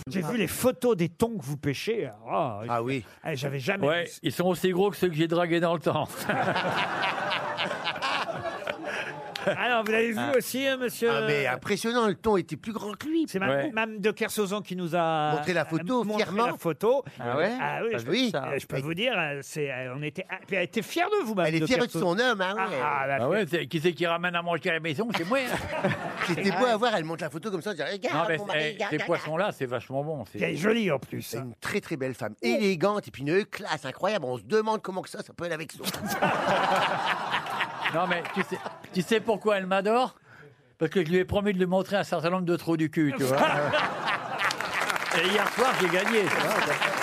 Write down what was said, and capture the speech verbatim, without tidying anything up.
J'ai vu les photos des thons que vous pêchez. Oh, Ah oui. eh, J'avais jamais Ouais, vu ça. ils sont aussi gros que ceux que j'ai dragués dans le temps. Alors, vous l'avez vu aussi, hein, monsieur Ah mais impressionnant, le thon était plus grand que lui. C'est Mme, Ouais. Mme de Kersauzon qui nous a Montré la photo, montré fièrement. la photo. Ah ouais Ah oui, Pas je, vu oui. ça. euh, je peux vous dire, euh, c'est, euh, on était, ah, puis elle était fière de vous, Mme Elle est de fière de Kersauzon. son homme, hein, ouais. Ah, la Ah ouais, c'est- qui c'est qui ramène à manger à la maison? C'est moi. hein. C'était beau à voir, elle montre la photo comme ça, elle dit, regarde, Non, mais mon mari, eh, regarde, ces regarde. poissons-là, c'est vachement bon. c'est- Puis elle est jolie en plus. C'est hein. une très très belle femme, élégante et puis une classe incroyable. On se demande comment que ça, ça peut aller avec son. Non, mais tu sais, tu sais pourquoi elle m'adore? Parce que je lui ai promis de lui montrer un certain nombre de trous du cul, tu vois. Et hier soir, j'ai gagné, tu vois.